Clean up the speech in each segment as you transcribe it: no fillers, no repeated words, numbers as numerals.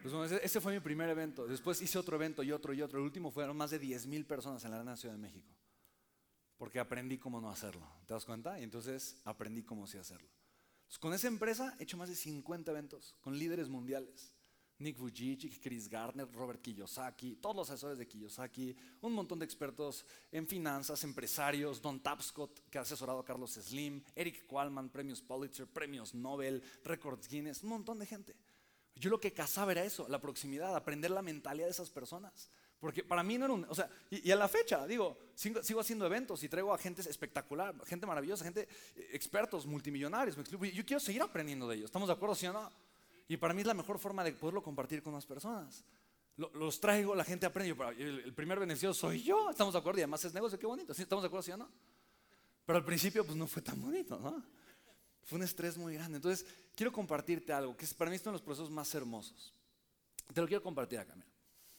Pues bueno, ese fue mi primer evento. Después hice otro evento y otro y otro. El último fueron más de 10,000 personas en la Arena Ciudad de México. Porque aprendí cómo no hacerlo. ¿Te das cuenta? Y entonces aprendí cómo sí hacerlo. Entonces, con esa empresa he hecho más de 50 eventos con líderes mundiales. Nick Vujicic, Chris Gardner, Robert Kiyosaki, todos los asesores de Kiyosaki, un montón de expertos en finanzas, empresarios, Don Tapscott, que ha asesorado a Carlos Slim, Eric Qualman, premios Pulitzer, premios Nobel, récords Guinness, un montón de gente. Yo lo que cazaba era eso, la proximidad, aprender la mentalidad de esas personas. Porque para mí no era o sea, y a la fecha, digo, sigo haciendo eventos y traigo a gente espectacular, gente maravillosa, gente, expertos, multimillonarios, me explico. Yo quiero seguir aprendiendo de ellos, ¿estamos de acuerdo, sí o no? Y para mí es la mejor forma de poderlo compartir con las personas. Los traigo, la gente aprende, el primer beneficiado soy yo, ¿estamos de acuerdo? Y además es negocio, qué bonito, ¿sí? ¿Estamos de acuerdo, sí o no? Pero al principio pues no fue tan bonito, ¿no? Fue un estrés muy grande. Entonces, quiero compartirte algo que para mí es uno de los procesos más hermosos. Te lo quiero compartir acá, mira.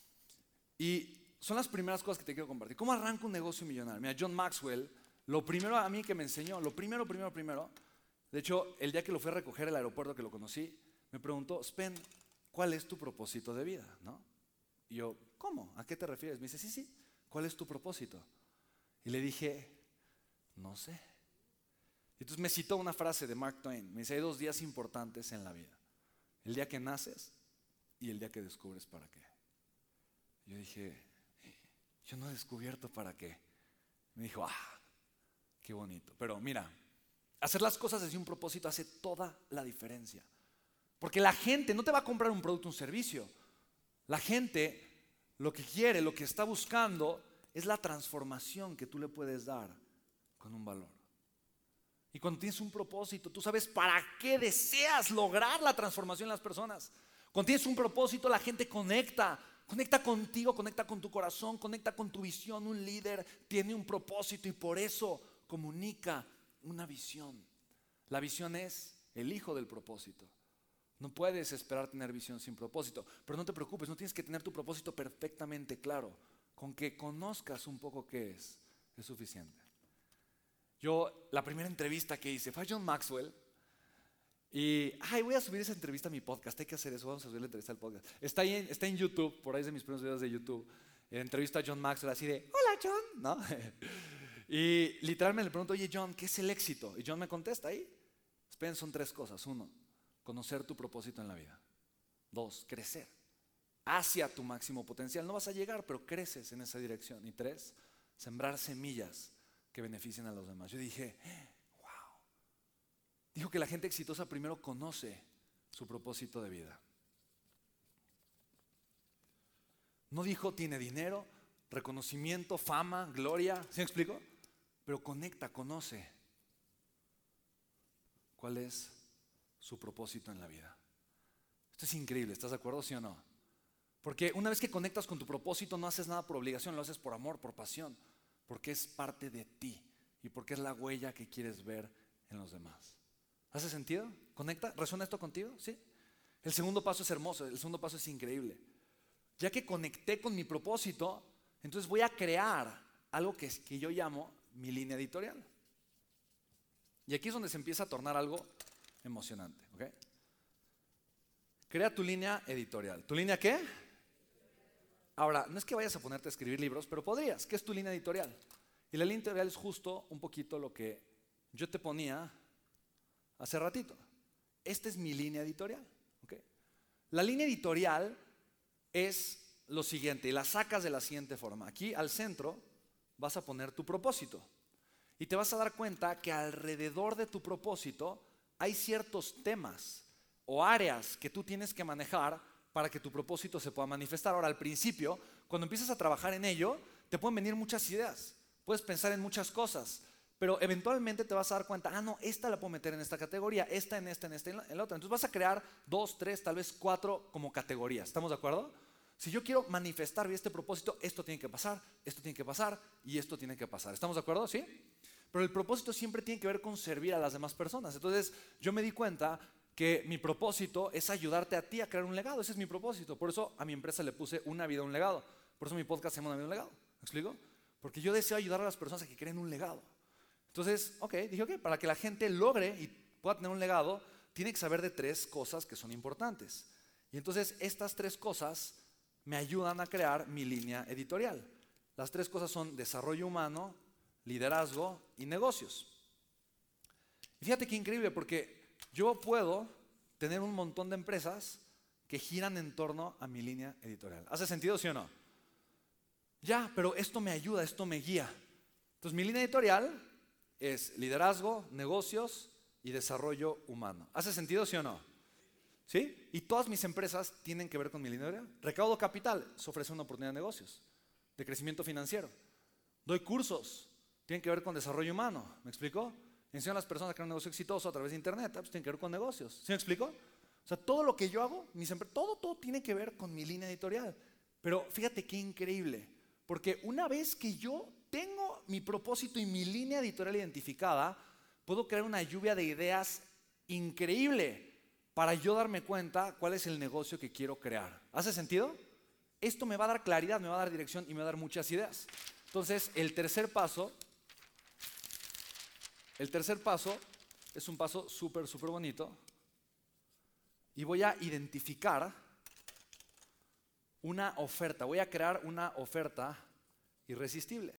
Y son las primeras cosas que te quiero compartir. ¿Cómo arranca un negocio millonario? Mira, John Maxwell, lo primero a mí que me enseñó, lo primero, de hecho, el día que lo fui a recoger al aeropuerto que lo conocí, me preguntó, Spen, ¿cuál es tu propósito de vida? ¿No? Y yo, ¿cómo? ¿A qué te refieres? Me dice, sí, ¿cuál es tu propósito? Y le dije, no sé. Entonces me citó una frase de Mark Twain. Me dice, hay 2 días importantes en la vida. El día que naces y el día que descubres para qué. Yo dije, yo no he descubierto para qué. Me dijo, qué bonito. Pero mira, hacer las cosas desde un propósito hace toda la diferencia. Porque la gente no te va a comprar un producto o un servicio. La gente lo que quiere, lo que está buscando es la transformación que tú le puedes dar con un valor. Y cuando tienes un propósito, tú sabes para qué deseas lograr la transformación en las personas. Cuando tienes un propósito, la gente conecta contigo, conecta con tu corazón, conecta con tu visión. Un líder tiene un propósito y por eso comunica una visión. La visión es el hijo del propósito. No puedes esperar tener visión sin propósito, pero no te preocupes, no tienes que tener tu propósito perfectamente claro. Con que conozcas un poco qué es suficiente. Yo, la primera entrevista que hice fue a John Maxwell y, voy a subir esa entrevista a mi podcast, hay que hacer eso, vamos a subir la entrevista al podcast. Está en YouTube, por ahí es de mis primeros videos de YouTube. Entrevista a John Maxwell así de, hola John, ¿no? Y literalmente le pregunto, oye John, ¿qué es el éxito? Y John me contesta ahí, esperen, son 3 cosas. 1, conocer tu propósito en la vida. 2, crecer hacia tu máximo potencial. No vas a llegar, pero creces en esa dirección. Y 3, sembrar semillas que beneficien a los demás. Yo dije, wow. Dijo que la gente exitosa primero conoce su propósito de vida. No dijo tiene dinero, reconocimiento, fama, gloria. ¿Sí me explico? Pero conecta, conoce cuál es su propósito en la vida. Esto es increíble, ¿estás de acuerdo, sí o no? Porque una vez que conectas con tu propósito, no haces nada por obligación, lo haces por amor, por pasión. Porque es parte de ti y porque es la huella que quieres ver en los demás. ¿Hace sentido? ¿Conecta? ¿Resuena esto contigo? ¿Sí? El segundo paso es hermoso, el segundo paso es increíble. Ya que conecté con mi propósito, entonces voy a crear algo que yo llamo mi línea editorial. Y aquí es donde se empieza a tornar algo emocionante, ¿ok? Crea tu línea editorial. ¿Tu línea qué? Ahora, no es que vayas a ponerte a escribir libros, pero podrías. ¿Qué es tu línea editorial? Y la línea editorial es justo un poquito lo que yo te ponía hace ratito. Esta es mi línea editorial, ¿ok? La línea editorial es lo siguiente, y la sacas de la siguiente forma. Aquí al centro vas a poner tu propósito. Y te vas a dar cuenta que alrededor de tu propósito hay ciertos temas o áreas que tú tienes que manejar para que tu propósito se pueda manifestar. Ahora, al principio, cuando empiezas a trabajar en ello, te pueden venir muchas ideas. Puedes pensar en muchas cosas, pero eventualmente te vas a dar cuenta, no, esta la puedo meter en esta categoría, esta en esta, en esta, en la otra. Entonces vas a crear 2, 3, tal vez 4 como categorías. ¿Estamos de acuerdo? Si yo quiero manifestar este propósito, esto tiene que pasar, esto tiene que pasar y esto tiene que pasar. ¿Estamos de acuerdo? ¿Sí? Pero el propósito siempre tiene que ver con servir a las demás personas. Entonces yo me di cuenta que mi propósito es ayudarte a ti a crear un legado. Ese es mi propósito. Por eso a mi empresa le puse Una Vida, un Legado. Por eso mi podcast se llama Una Vida, un Legado. ¿Me explico? Porque yo deseo ayudar a las personas a que creen un legado. Entonces, dije, para que la gente logre y pueda tener un legado, tiene que saber de 3 cosas que son importantes. Y entonces estas 3 cosas me ayudan a crear mi línea editorial. Las 3 cosas son desarrollo humano, liderazgo y negocios. Y fíjate qué increíble, porque yo puedo tener un montón de empresas que giran en torno a mi línea editorial. ¿Hace sentido, sí o no? Ya, pero esto me ayuda, esto me guía. Entonces mi línea editorial es liderazgo, negocios y desarrollo humano. ¿Hace sentido, sí o no? ¿Sí? Y todas mis empresas tienen que ver con mi línea editorial. Recaudo capital, eso ofrece una oportunidad de negocios, de crecimiento financiero. Doy cursos, tienen que ver con desarrollo humano. ¿Me explico? Enseño a las personas a crear un negocio exitoso a través de internet, pues tiene que ver con negocios. ¿Sí me explico? O sea, todo lo que yo hago, todo tiene que ver con mi línea editorial. Pero fíjate qué increíble, porque una vez que yo tengo mi propósito y mi línea editorial identificada, puedo crear una lluvia de ideas increíble para yo darme cuenta cuál es el negocio que quiero crear. ¿Hace sentido? Esto me va a dar claridad, me va a dar dirección y me va a dar muchas ideas. Entonces, el tercer paso es un paso súper bonito. Y voy a identificar una oferta, voy a crear una oferta irresistible.